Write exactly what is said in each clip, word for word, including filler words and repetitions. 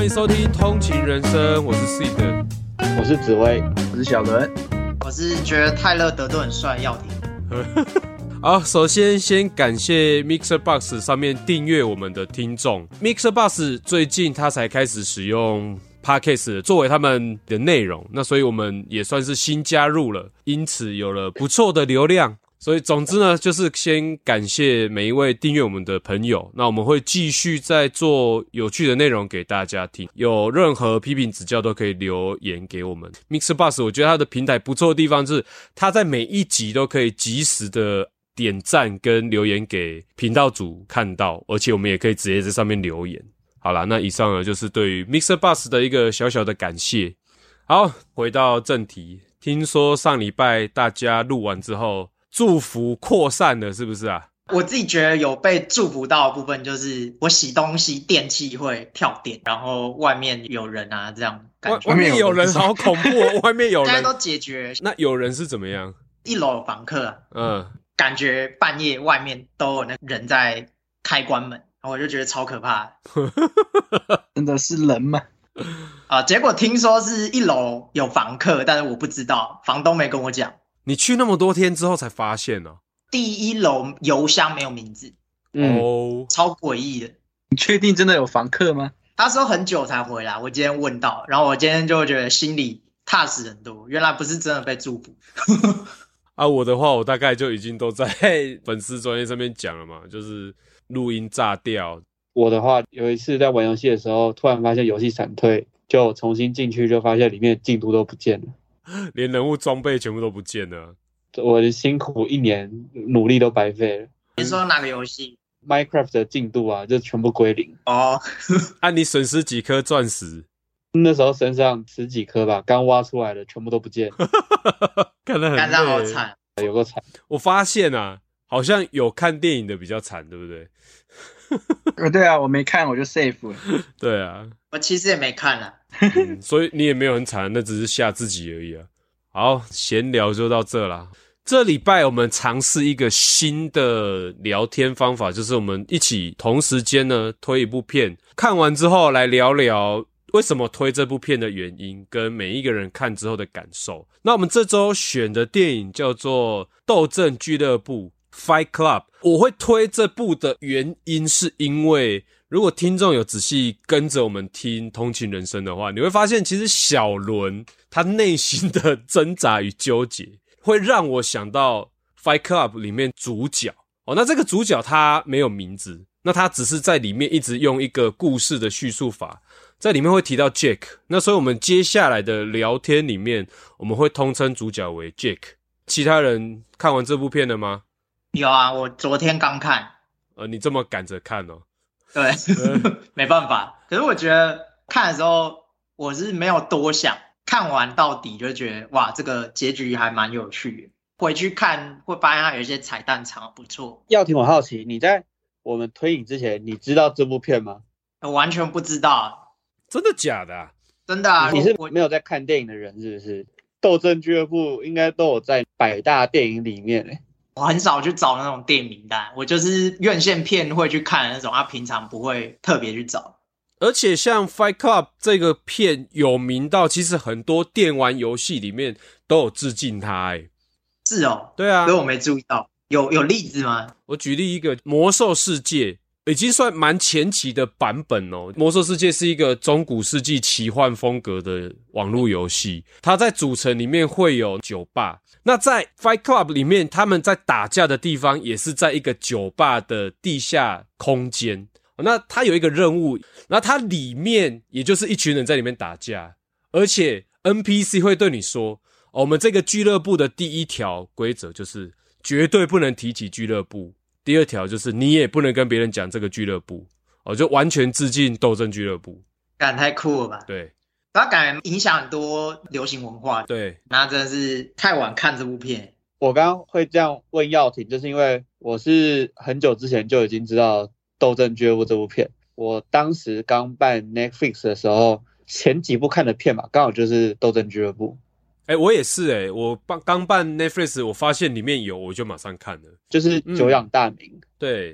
欢迎收听《通勤人生》，我是 Seed， 我是紫薇， 我是小伦， 我是觉得泰勒德都很帅，耀廷。 好，首先先感谢 MixerBox 上面订阅我们的听众。MixerBox 最近他才开始使用 Podcast 作为他们的内容，那所以我们也算是新加入了，因此有了不错的流量。所以总之呢，就是先感谢每一位订阅我们的朋友，那我们会继续再做有趣的内容给大家听，有任何批评指教都可以留言给我们。MixerBox 我觉得它的平台不错的地方是，它在每一集都可以及时的点赞跟留言给频道主看到，而且我们也可以直接在上面留言。好啦，那以上呢就是对于 MixerBox 的一个小小的感谢。好，回到正题，听说上礼拜大家录完之后祝福扩散了，是不是啊？ 我自己觉得有被祝福到的部分，就是我洗东西电器会跳电，然后外面有人啊，这样感觉。 外面有人好恐怖哦，外面有人。 现在都解决。 那有人是怎么样？ 一楼有房客啊， 嗯， 感觉半夜外面都有那人在开关门，然后我就觉得超可怕的。 真的是人吗？ 啊，结果听说是一楼有房客，但是我不知道，房东没跟我讲。 你去那么多天之后才发现哦。 第一楼邮箱没有名字， 嗯、哦， 超诡异的。 你确定真的有房客吗？ 他说很久才回来，我今天问到，然后我今天就觉得心里踏实很多，原来不是真的被祝福。 啊，我的话我大概就已经都在粉丝专页上面讲了嘛，就是录音炸掉。 我的话有一次在玩游戏的时候，突然发现游戏闪退，就重新进去，就发现里面进度都不见了。 连人物装备全部都不见了， 我的辛苦一年努力都白费了。 你说哪个游戏 ？Minecraft 的进度啊，就全部归零。 哦， 啊，你损失几颗钻石？ 那时候身上十几颗吧，刚挖出来的全部都不见， 看得很累， 干得好惨， 有够惨。 我发现啊，好像有看电影的比较惨，对不对？ 呃，对啊，我没看，我就 save 了。 对啊， 我其实也没看啦。 嗯，所以你也没有很惨，那只是吓自己而已啊。好，闲聊就到这啦。这礼拜我们尝试一个新的聊天方法，就是我们一起同时间呢推一部片，看完之后来聊聊为什么推这部片的原因，跟每一个人看之后的感受。那我们这周选的电影叫做《斗阵俱乐部》Fight Club。我会推这部的原因是因为，如果听众有仔细跟着我们听通勤人生的话，你会发现其实小伦他内心的挣扎与纠结会让我想到 Fight Club 里面主角哦。那这个主角他没有名字，那他只是在里面一直用一个故事的叙述法，在里面会提到 Jack， 那所以我们接下来的聊天里面我们会通称主角为 Jack。 其他人看完这部片了吗？ 有啊，我昨天刚看。 呃，你这么赶着看哦？ 对，没办法。可是我觉得看的时候，我是没有多想，看完到底就觉得哇，这个结局还蛮有趣的。回去看会发现它有一些彩蛋藏得不错。 耀廷，我好奇，你在我们推影之前，你知道这部片吗？ 我完全不知道。 真的假的啊？ 真的啊。 你是没有在看电影的人是不是？斗阵俱乐部应该都有在百大电影里面诶。 我很少去找那种电影名单，我就是院线片会去看的那种，啊，平常不会特别去找。 而且像 Fight Club 这个片有名到，其实很多电玩游戏里面都有致敬它诶。 是哦。 对啊。 所以我没注意到。有有例子吗？ 我举例一个魔兽世界，已经算蛮前期的版本哦。魔兽世界是一个中古世纪奇幻风格的网络游戏，它在主城里面会有酒吧。那在 Fight Club 里面，他们在打架的地方也是在一个酒吧的地下空间。那它有一个任务，那它里面也就是一群人在里面打架，而且 N P C 会对你说，哦，我们这个俱乐部的第一条规则就是绝对不能提起俱乐部，第二条就是你也不能跟别人讲这个俱乐部，哦，就完全致敬斗阵俱乐部。 感太酷了吧？ 对。 它感觉影响很多流行文化。 对， 那真的是太晚看这部片。 我刚刚会这样问耀廷，就是因为我是很久之前就已经知道《斗阵俱乐部》这部片。我当时刚办 Netflix 的时候，前几部看的片嘛，刚好就是《斗阵俱乐部》。 哎、欸，我也是哎、欸，我刚办 Netflix， 我发现里面有，我就马上看了， 就是久仰大名。 嗯、对。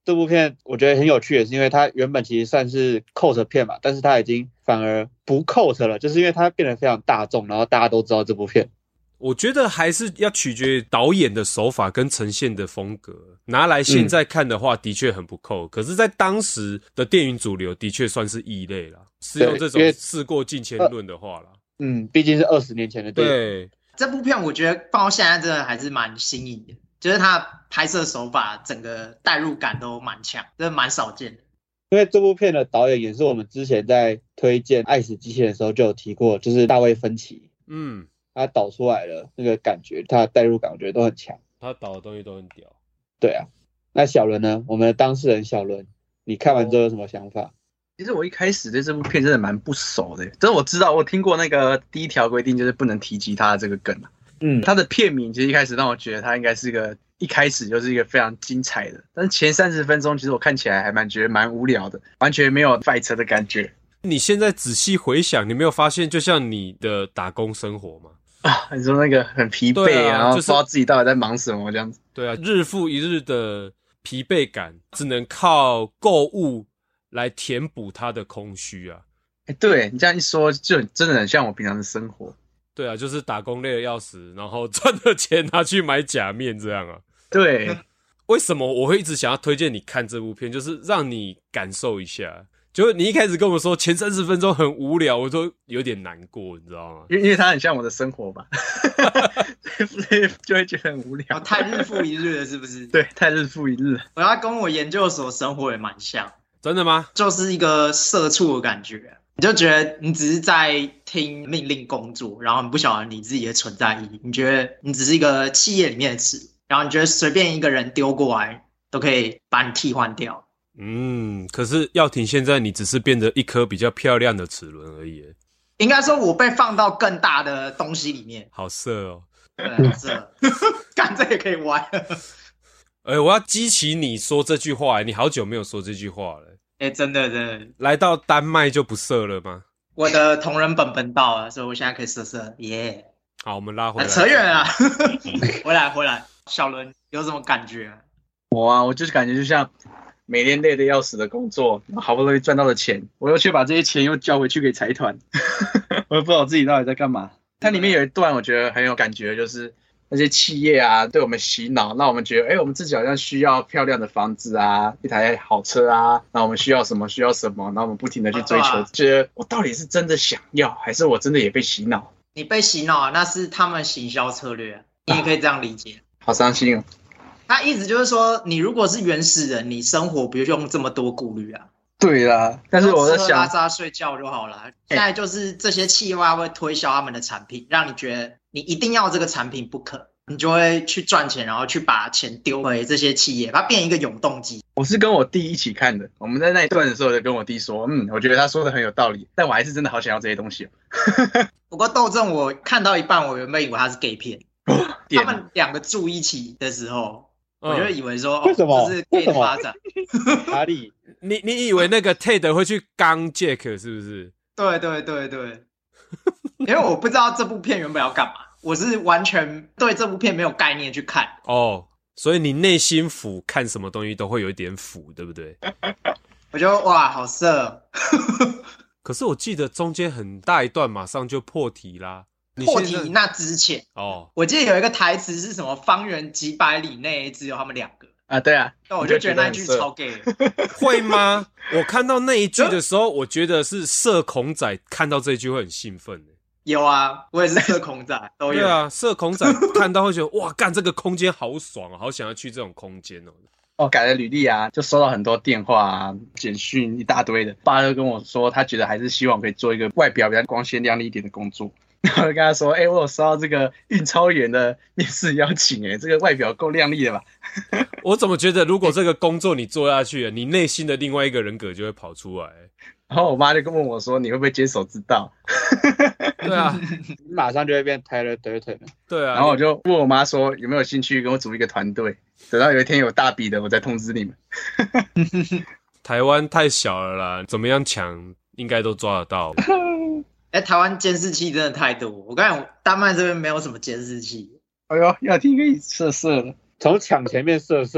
这部片我觉得很有趣，也是因为它原本其实算是 cult 片嘛，但是它已经反而不 cult 了，就是因为它变得非常大众，然后大家都知道这部片。 我觉得还是要取决于导演的手法跟呈现的风格。拿来现在看的话，的确很不扣、嗯。可是，在当时的电影主流，的确算是异类啦。是用这种事过境迁论的话啦。 嗯，毕竟是二十年前的电影。 对， 这部片我觉得放到现在真的还是蛮新颖的，就是它拍摄手法整个代入感都蛮强，真的蛮少见的。 因为这部片的导演也是我们之前在推荐《爱死机器人》的时候就有提过，就是大卫芬奇。 嗯。 他导出来的那个感觉，他的代入感我觉得都很强。 他导的东西都很屌。 对啊，那小伦呢？我们的当事人小伦，你看完之后有什么想法？ 其实我一开始对这部片真的蛮不熟的，但是我知道我听过那个第一条规定就是不能提及他的这个梗。 嗯， 他的片名其实一开始让我觉得他应该是个一开始就是一个非常精彩的，但是前三十分钟其实我看起来还蛮觉得蛮无聊的，完全没有 fight 的感觉。 你现在仔细回想，你没有发现就像你的打工生活吗？ 啊，你说那个很疲惫、 啊、 然后不知道自己到底在忙什么这样子。 对啊，日复一日的疲惫感，只能靠购物来填补它的空虚啊。 欸、对你这样一说，就真的很像我平常的生活。 对啊，就是打工累得要死，然后赚的钱拿去买假面这样啊。 对， 为什么我会一直想要推荐你看这部片，就是让你感受一下。就你一开始跟我说前三十分钟很无聊，我都有点难过，你知道吗？ 因为因为它很像我的生活吧，所以就会觉得很无聊。 哦、太日复一日了，是不是？ 对，太日复一日。 我要跟我研究所生活也蛮像。 真的吗？ 就是一个社畜的感觉，你就觉得你只是在听命令工作，然后你不晓得你自己的存在意义，你觉得你只是一个企业里面的词，然后你觉得随便一个人丢过来都可以把你替换掉。 嗯，可是耀廷现在你只是变得一颗比较漂亮的齿轮而已。 应该说我被放到更大的东西里面。 好色哦。 对，好色。干这也可以玩。 哎、欸，我要激起你说这句话，你好久没有说这句话了。 哎、欸，真的真的。 来到丹麦就不色了吗？ 我的同人本本到了，所以我现在可以色色，耶、yeah ！ 好，我们拉回来。 啊、扯远了，回来回来。小伦有什么感觉？ 我啊，我就是感觉就像每天累得要死的工作，好不容易赚到的钱，我又去把这些钱又交回去给财团，我也不知道我自己到底在干嘛。它里面有一段我觉得很有感觉，就是那些企业啊对我们洗脑，那我们觉得，哎、欸，我们自己好像需要漂亮的房子啊，一台好车啊，那我们需要什么需要什么，然后我们不停的去追求，啊、觉得我到底是真的想要，还是我真的也被洗脑？ 你被洗脑啊，那是他们行销策略、啊，你也可以这样理解。 好伤心哦。 他意思就是说，你如果是原始人，你生活不用这么多顾虑啊。 对啦，但是我在想， 吃喝拉撒睡觉就好了。现在就是这些企业会推销他们的产品，让你觉得你一定要这个产品不可，你就会去赚钱，然后去把钱丢回这些企业，把它变一个永动机。 我是跟我弟一起看的，我们在那一段的时候就跟我弟说，嗯，我觉得他说的很有道理，但我还是真的好想要这些东西哦。 不过斗阵我看到一半，我原本以为他是 gay 片，他们两个住一起的时候。我就以为说， 为什么、 哦、这是 gay 的发展？ 哪里？ 你你以为那个 Ted 会去刚 Jack 是不是？ 对对对对，因为我不知道这部片原本要干嘛，我是完全对这部片没有概念去看。 哦，所以你内心腐，看什么东西都会有一点腐，对不对？ 我觉得哇，好色。 可是我记得中间很大一段马上就破题啦。 破题那之前哦， 我记得有一个台词是什么？方圆几百里内只有他们两个啊，对啊， 那我就觉得那句超 gay 会吗？我看到那一句的时候，我觉得是社恐仔看到这一句会很兴奋。 有啊，我也是社恐仔，都有。 对啊，社恐仔看到会觉得哇，干这个空间好爽啊，好想要去这种空间哦。 哦，改了履历啊，就收到很多电话啊、简讯一大堆的。爸就跟我说，他觉得还是希望可以做一个外表比较光鲜亮丽一点的工作。然后我就跟他说，哎、欸，我有收到这个运超员的面试邀请、欸，哎，这个外表够亮丽的吧？ 我怎么觉得，如果这个工作你做下去了，你内心的另外一个人格就会跑出来。 然后我妈就跟问我说，你会不会接手知道？ 对啊， 你马上就会变 Tyler Durden。 对啊， 然后我就问我妈说，有没有兴趣跟我组一个团队？等到有一天有大笔的，我再通知你们。 台湾太小了啦，怎么样抢应该都抓得到。 哎、欸，台湾监视器真的太多，我刚才丹麦这边没有什么监视器。 哎呦，要听可以色色的， 从抢前面色色。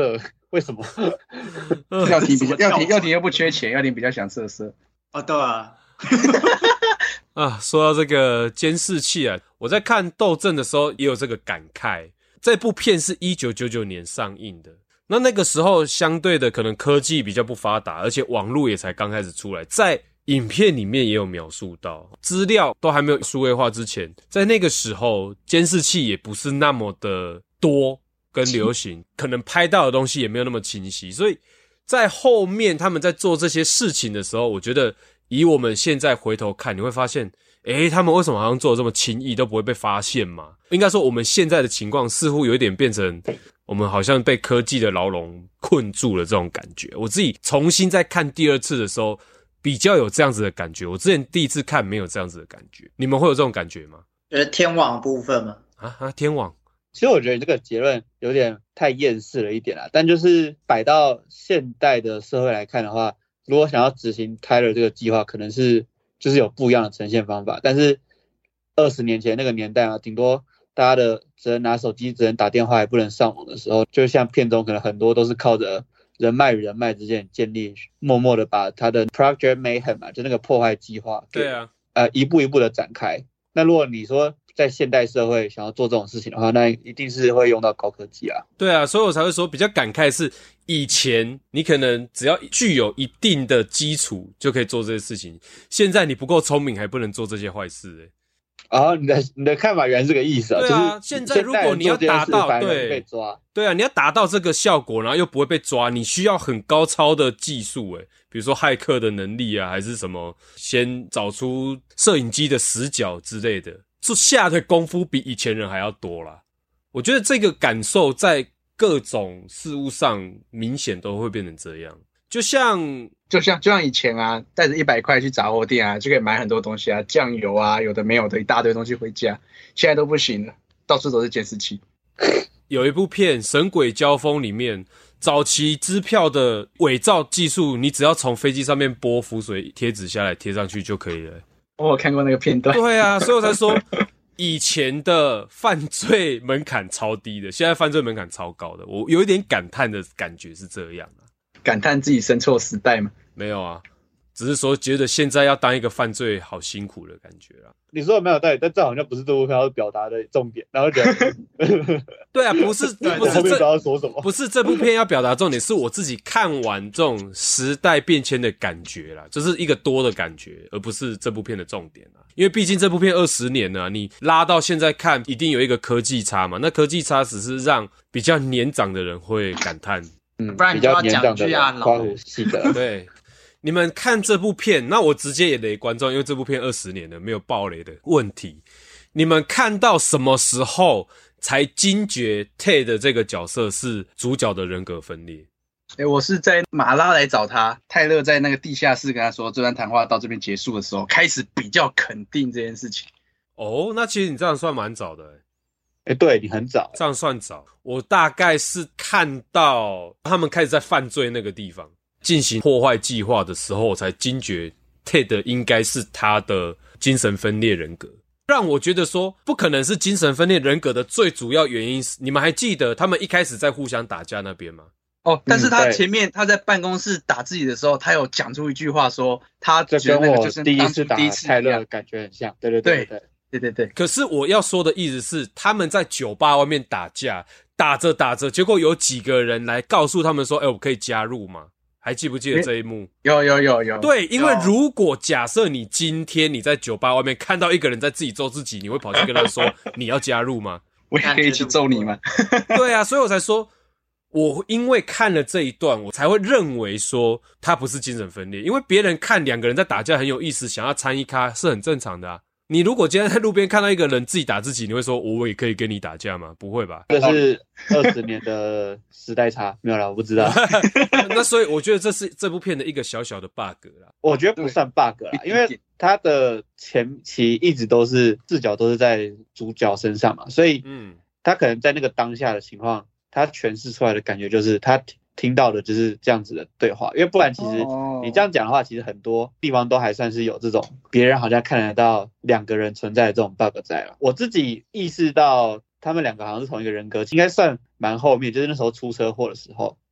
为什么？ 耀廷比较耀廷耀廷又不缺钱，耀廷比较想色色。 哦，对啊。 啊，说到这个监视器啊，我在看斗阵的时候也有这个感慨。这部片是一九九九年上映的，那那个时候相对的可能科技比较不发达，而且网络也才刚开始出来，在影片里面也有描述到，资料都还没有数位化之前，在那个时候监视器也不是那么的多跟流行，可能拍到的东西也没有那么清晰，所以在后面他们在做这些事情的时候，我觉得以我们现在回头看，你会发现诶，他们为什么好像做得这么轻易都不会被发现嘛？应该说我们现在的情况似乎有一点变成我们好像被科技的牢笼困住了这种感觉。我自己重新再看第二次的时候比较有这样子的感觉，我之前第一次看没有这样子的感觉。你们会有这种感觉吗？ 就是天网的部分吗？ 啊啊，天网。 其实我觉得这个结论有点太厌世了一点啦，但就是摆到现代的社会来看的话，如果想要执行 Tyler 这个计划，可能是就是有不一样的呈现方法。但是二十年前那个年代啊，顶多大家的只能拿手机，只能打电话，还不能上网的时候，就像片中可能很多都是靠着人脉与人脉之间建立，默默的把他的 Project Mayhem 嘛，就那个破坏计划， 对啊， 呃，一步一步的展开。那如果你说在现代社会想要做这种事情的话，那一定是会用到高科技啊。 对啊，所以我才会说比较感慨是，以前你可能只要具有一定的基础就可以做这些事情，现在你不够聪明还不能做这些坏事欸。 哦，你的你的看法原来是这个意思啊？ 对啊， 就是现在如果你要达到对被抓， 对啊，你要达到这个效果，然后又不会被抓，你需要很高超的技术诶，比如说骇客的能力啊，还是什么，先找出摄影机的死角之类的，就下的功夫比以前人还要多啦。我觉得这个感受在各种事物上明显都会变成这样，就像就像就像以前啊，带着一百块去杂货店啊，就可以买很多东西啊，酱油啊，有的没有的一大堆东西回家，现在都不行了，到处都是监视器。 有一部片《神鬼交锋》里面，早期支票的伪造技术，你只要从飞机上面拨浮水贴纸下来贴上去就可以了。 我有看过那个片段。 对啊，所以我才说以前的犯罪门槛超低的，现在犯罪门槛超高的，我有一点感叹的感觉是这样啊。 感叹自己生错时代吗？ 没有啊，只是说觉得现在要当一个犯罪好辛苦的感觉啊。 你说的没有道理，但这好像不是这部片要表达的重点，然后觉得对啊，不是不是这要说什么， 不是这部片要表达重点，是我自己看完这种时代变迁的感觉啦，就是一个多的感觉，而不是这部片的重点啦。因为毕竟这部片二十年了，你拉到现在看，一定有一个科技差嘛。那科技差只是让比较年长的人会感叹， 嗯， 不然你就要讲句啊， 刮胡细的， 对。你们看这部片，那我直接也雷观众，因为这部片二十年了，没有爆雷的问题。你们看到什么时候才惊觉 Ted 这个角色是主角的人格分裂？ 欸，我是在马拉来找他，泰勒在那个地下室跟他说这段谈话到这边结束的时候，开始比较肯定这件事情。 哦，那其实你这样算蛮早的欸。 欸，对，你很早， 这样算早。我大概是看到他们开始在犯罪那个地方进行破坏计划的时候，我才惊觉 Ted 应该是他的精神分裂人格，让我觉得说不可能是精神分裂人格的最主要原因是，你们还记得他们一开始在互相打架那边吗？ 哦，但是他前面、嗯、他在办公室打自己的时候，他有讲出一句话说，他觉得那个就是第一次打泰勒感觉很像，对对对对对对对。 可是我要说的意思是，他们在酒吧外面打架，打着打着，结果有几个人来告诉他们说，哎、欸，我可以加入吗？还记不记得这一幕？ 有有有有。 对，因为如果假设你今天你在酒吧外面看到一个人在自己揍自己，你会跑去跟他说你要加入吗？ 我也可以去揍你吗？ 对啊，所以我才说，我因为看了这一段，我才会认为说他不是精神分裂，因为别人看两个人在打架很有意思，想要参一咖是很正常的啊。你如果今天在路边看到一个人自己打自己，你会说我也可以跟你打架吗？不会吧？ 这是二十年的时代差，没有啦，我不知道。 那所以我觉得这是这部片的一个小小的 bug 啦。 我觉得不算 bug 啦，因为他的前期一直都是视角都是在主角身上嘛，所以嗯，他可能在那个当下的情况，他诠释出来的感觉就是他听到的就是这样子的对话，因为不然其实你这样讲的话，其实很多地方都还算是有这种别人好像看得到两个人存在的这种 bug 在了。我自己意识到他们两个好像是同一个人格，应该算蛮后面，就是那时候出车祸的时候，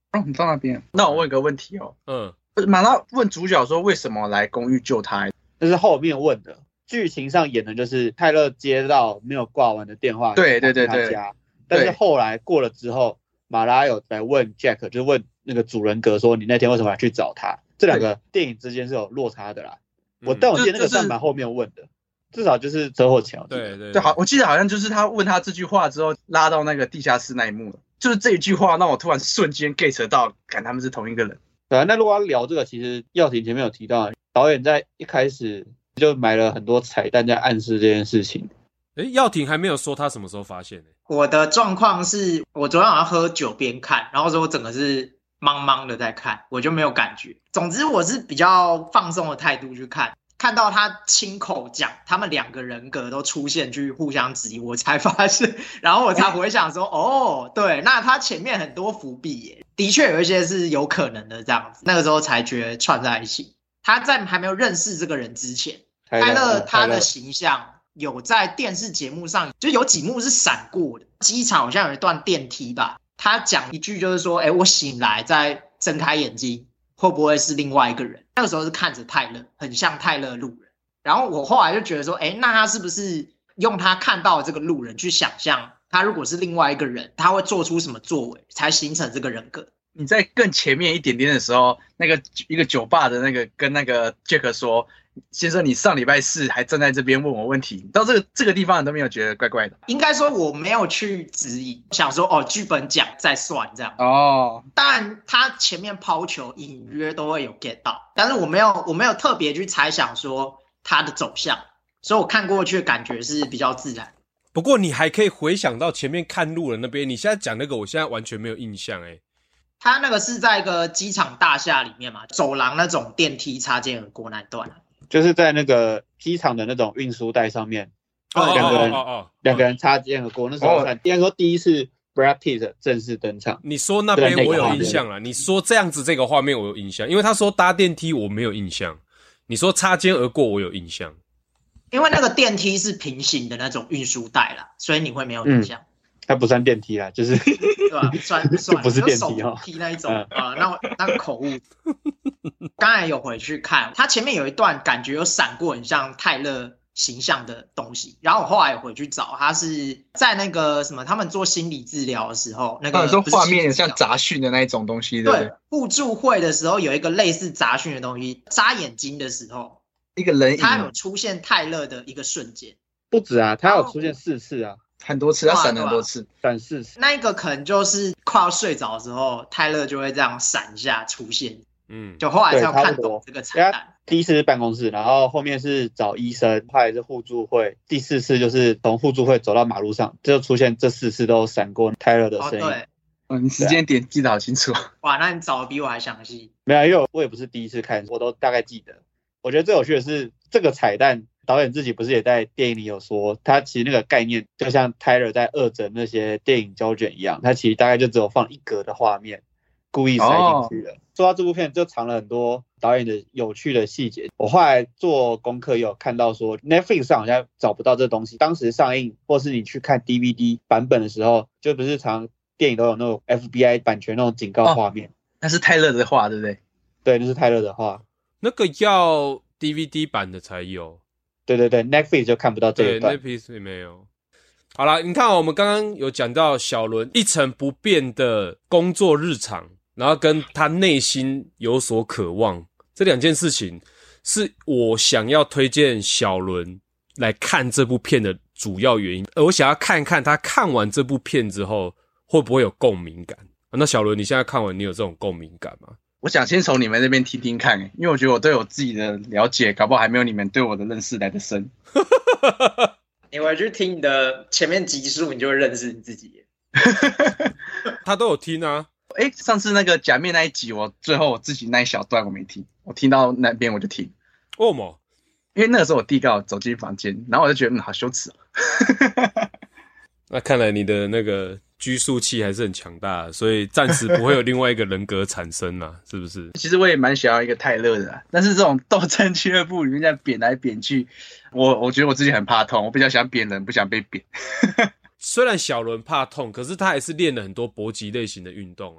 哦，你到那边，那我问个问题哦， 嗯， 马拉问主角说为什么来公寓救他？ 这是后面问的。剧情上演的就是泰勒接到没有挂完的电话， 对对对对， 他家。但是后来过了之后，马拉有来问 Jack， 就问那个主人格说：“你那天为什么要去找他？”这两个电影之间是有落差的啦。我但我记得那个算蛮后面问的，至少就是车祸前。 对对对，好，我记得好像就是他问他这句话之后，拉到那个地下室那一幕了。就是这一句话让我突然瞬间 get 到，看他们是同一个人。 对啊，那如果要聊这个，其实耀廷前面有提到，导演在一开始就埋了很多彩蛋在暗示这件事情。 诶，耀廷还没有说他什么时候发现呢？ 我的状况是我昨天晚上喝酒边看，然后说我整个是茫茫的在看，我就没有感觉。总之我是比较放松的态度去看，看到他亲口讲他们两个人格都出现去互相质疑，我才发现，然后我才回想说哦，对，那他前面很多伏笔耶，的确有一些是有可能的这样子，那个时候才觉得串在一起。他在还没有认识这个人之前，泰勒他的形象有在电视节目上就有几幕是闪过的，机场好像有一段电梯吧，他讲一句就是说，哎，我醒来再睁开眼睛会不会是另外一个人？那个时候是看着泰勒，很像泰勒路人。然后我后来就觉得说，哎，那他是不是用他看到的这个路人去想象，他如果是另外一个人，他会做出什么作为，才形成这个人格？ 你在更前面一点点的时候，那个一个酒吧的那个跟那个 Jack 说，先生，你上礼拜四还站在这边问我问题，到这个这个地方你都没有觉得怪怪的？ 应该说我没有去质疑，想说哦，剧本讲再算这样。 哦， 当然他前面抛球隐约都会有 get 到，但是我没有我没有特别去猜想说他的走向，所以我看过去的感觉是比较自然。 不过你还可以回想到前面看路人那边，你现在讲那个，我现在完全没有印象哎。 他那个是在一个机场大厦里面嘛，走廊那种电梯擦肩而过那段， 就是在那个机场的那种运输带上面， 两、 哦、个人两、哦哦、个人擦肩而过。那时候应该说第一次 Brad Pitt 正式登场。 你说那边我有印象了，你说这样子这个画面我有印象，因为他说搭电梯我没有印象，你说擦肩而过我有印象， 因为那个电梯是平行的那种运输带啦，所以你会没有印象。 嗯，它不算电梯啦，就是对吧？算算不是电梯哈，梯那一种啊、呃，那那个口误。刚才有回去看，他前面有一段感觉有闪过很像泰勒形象的东西，然后我后来有回去找，他是在那个什么，他们做心理治疗的时候，那个说画面像杂讯的那一种东西，对不对？ 互助会的时候有一个类似杂讯的东西，眨眼睛的时候， 一个人影， 他有出现泰勒的一个瞬间， 不止啊，他有出现四次啊。 很多次，他闪了很多次， 闪四次。 那一个可能就是快要睡着的时候，泰勒就会这样闪一下出现。嗯，就后来才有看懂这个彩蛋。 第一次是办公室，然后后面是找医生，后来是互助会，第四次就是从互助会走到马路上，就出现这四次都闪过泰勒的声音。 哦、对， 嗯，你时间点记得好清楚。 哇，那你找的比我还详细。 没有，因为我也不是第一次看，我都大概记得。我觉得最有趣的是这个彩蛋。导演自己不是也在电影里有说，他其实那个概念就像 Tyler 在二诊那些电影胶卷一样，他其实大概就只有放一格的画面，故意塞进去了。哦、说到这部片就藏了很多导演的有趣的细节。我后来做功课也有看到说 Netflix 上好像找不到这东西，当时上映或是你去看 D V D 版本的时候，就不是常电影都有那种 F B I 版权那种警告画面。哦、 那是泰勒的画，对不对？ 对，那是泰勒的画。 那个要 D V D 版的才有。 对对对 ，Netflix 就看不到这一段。 对 ，Netflix 没有。好啦，你看、哦，我们刚刚有讲到小伦一成不变的工作日常，然后跟他内心有所渴望，这两件事情是我想要推荐小伦来看这部片的主要原因。而我想要看看他看完这部片之后会不会有共鸣感。啊、那小伦，你现在看完，你有这种共鸣感吗？ 我想先从你们那边听听看，因为我觉得我对我自己的了解，搞不好还没有你们对我的认识来得深。 你回去听你的前面集数，你就会认识你自己。 他都有听啊。 诶，上次那个假面那一集，我最后我自己那一小段我没听，我听到那边我就听。 为什么？ 因为那个时候我弟刚好走进房间，然后我就觉得嗯，好羞耻哦。 那看来你的那个拘束器还是很强大的，所以暂时不会有另外一个人格产生啦，是不是？ 其实我也蛮想要一个泰勒的啦，但是这种斗争俱乐部里面这样扁来扁去，我我觉得我自己很怕痛，我比较想扁人，不想被扁。 虽然小伦怕痛，可是他还是练了很多搏击类型的运动啊。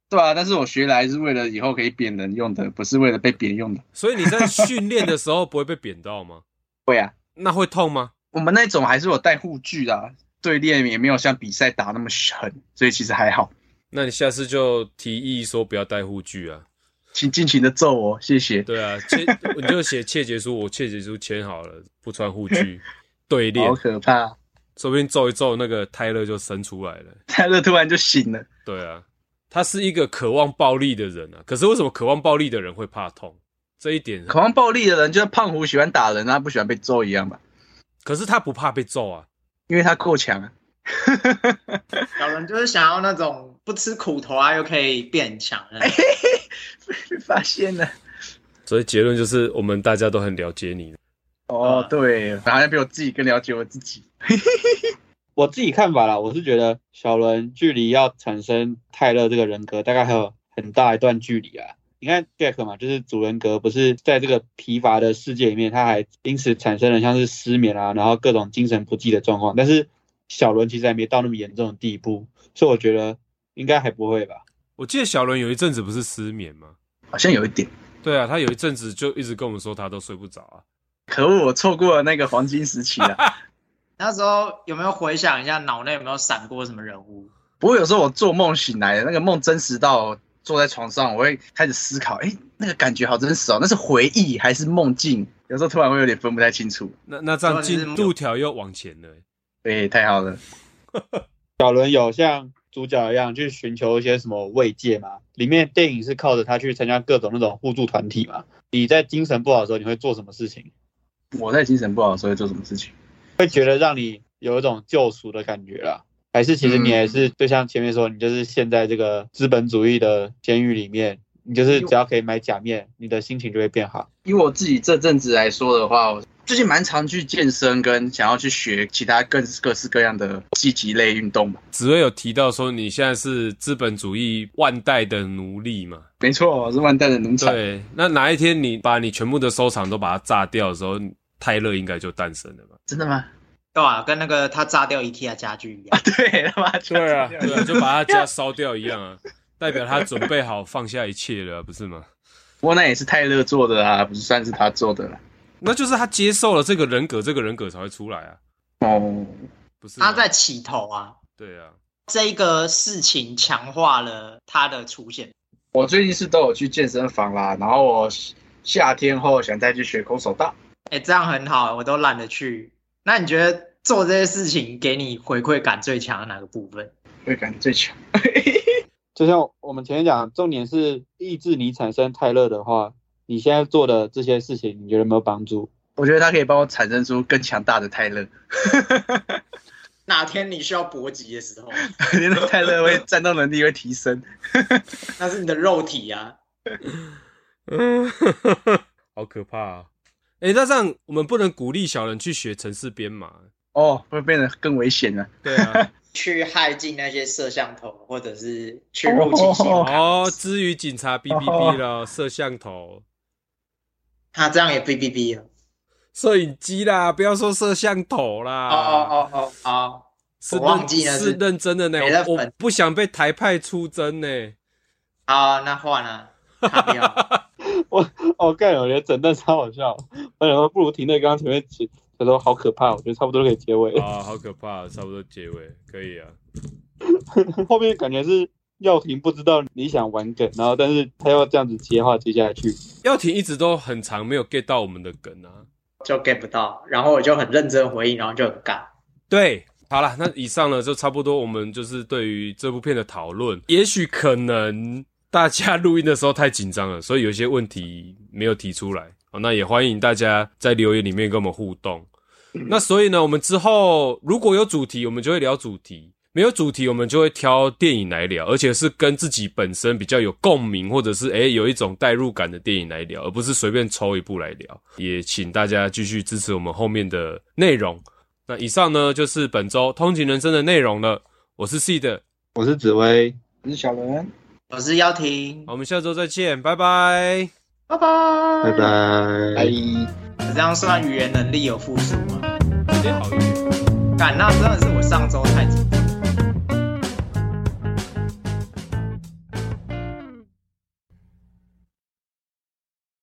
对啊，但是我学来是为了以后可以扁人用的，不是为了被扁用的。 所以你在训练的时候不会被扁到吗？ 会啊。 那会痛吗？ 我们那种还是有带护具的、啊，对练也没有像比赛打那么狠，所以其实还好。 那你下次就提议说不要带护具啊， 请尽情的揍我，谢谢。 对啊，你就写切结书，我切结书签好了，不穿护具对练， 好可怕， 说不定揍一揍那个泰勒就生出来了， 泰勒突然就醒了。 对啊，他是一个渴望暴力的人啊，可是为什么渴望暴力的人会怕痛？这一点， 渴望暴力的人就像胖虎喜欢打人，他不喜欢被揍一样吧？ 可是他不怕被揍啊， 因为他够强啊。 小人就是想要那种不吃苦头啊，又可以变强的。 被发现了。 所以结论就是我们大家都很了解你。 哦，对，好像比我自己更了解我自己。 我自己看法啦，我是觉得小伦距离要产生泰勒这个人格，大概还有很大一段距离啊。你看 Jack 嘛，就是主人格不是在这个疲乏的世界里面，他还因此产生了像是失眠啊，然后各种精神不济的状况。但是小伦其实还没到那么严重的地步，所以我觉得应该还不会吧。 我记得小伦有一阵子不是失眠吗？ 好像有一点。 对啊，他有一阵子就一直跟我们说他都睡不着啊。 可恶，我错过了那个黄金时期了。 那时候有没有回想一下，脑内有没有闪过什么人物？ 不过有时候我做梦醒来的那个梦真实到坐在床上，我会开始思考，哎，那个感觉好真实哦，那是回忆还是梦境？有时候突然会有点分不太清楚。 那那这样进度条又往前了。 对，太好了。 小伦有像主角一样去寻求一些什么慰藉吗？里面电影是靠着他去参加各种那种互助团体嘛。你在精神不好的时候，你会做什么事情？ 我在精神不好的时候会做什么事情？ 会觉得让你有一种救赎的感觉啦，还是其实你还是就像前面说，你就是陷在这个资本主义的监狱里面，你就是只要可以买假面，你的心情就会变好。 以我自己这阵子来说的话，我最近蛮常去健身，跟想要去学其他各各式各样的积极类运动吧。 子睿有提到说你现在是资本主义万代的奴隶嘛？ 没错，我是万代的奴才。 对，那哪一天你把你全部的收藏都把它炸掉的时候，泰勒应该就诞生了吧？ 真的吗？ 对啊，跟那个他炸掉 IKEA 家具一样。 啊，对，他妈对啊，对啊，就把他家烧掉一样啊，代表他准备好放下一切了，不是吗？ 不过那也是泰勒做的啊，不是算是他做的啦。 那就是他接受了这个人格，这个人格才会出来啊。 哦， 不是吗？ 他在起头啊。 对啊， 这一个事情强化了他的出现。 我最近是都有去健身房啦，然后我夏天后想再去学空手道。 哎，这样很好，我都懒得去。那你觉得做这些事情给你回馈感最强的哪个部分？ 回馈感最强。 就像我们前面讲，重点是抑制你产生泰勒的话，你现在做的这些事情，你觉得有没有帮助？ 我觉得它可以帮我产生出更强大的泰勒。 哪天你需要搏击的时候， 你的泰勒会战斗能力会提升。 那是你的肉体啊。 嗯，好可怕啊！哎、欸，那这样我们不能鼓励小人去学程式编码哦，会变得更危险了。 对啊， 去害进那些摄像头，或者是去入侵信用卡。 哦，至于警察哔哔哔了，摄像头， 他这样也哔哔哔了。 摄影机啦，不要说摄像头啦。 哦哦哦哦哦，我忘记了， 是认真的呢。我, 我不想被台派出征呢。 好，那换了，他不要。 我我干，我觉得整段超好笑。我想说，不如停在刚刚前面起，他说好可怕，我觉得差不多可以结尾。 啊，好可怕，差不多结尾可以啊。 后面感觉是耀廷不知道你想玩梗，然后但是他要这样子接话接下去。 耀廷一直都很长没有 get 到我们的梗啊， 就 get 不到，然后我就很认真回应，然后就很尬。 对，好啦，那以上呢就差不多，我们就是对于这部片的讨论。也许可能大家录音的时候太紧张了，所以有些问题没有提出来。好，那也欢迎大家在留言里面跟我们互动。那所以呢，我们之后如果有主题，我们就会聊主题。没有主题，我们就会挑电影来聊，而且是跟自己本身比较有共鸣，或者是诶有一种代入感的电影来聊，而不是随便抽一部来聊。也请大家继续支持我们后面的内容。那以上呢就是本周通勤人生的内容了。我是 C 的， 我是紫薇， 我是小伦， 我是耀廷。 好，我们下周再见，拜拜， 拜拜， 拜拜， 拜。 这样算语言能力有复苏吗？ 有点好一点。 干，那真的是我上周太紧张。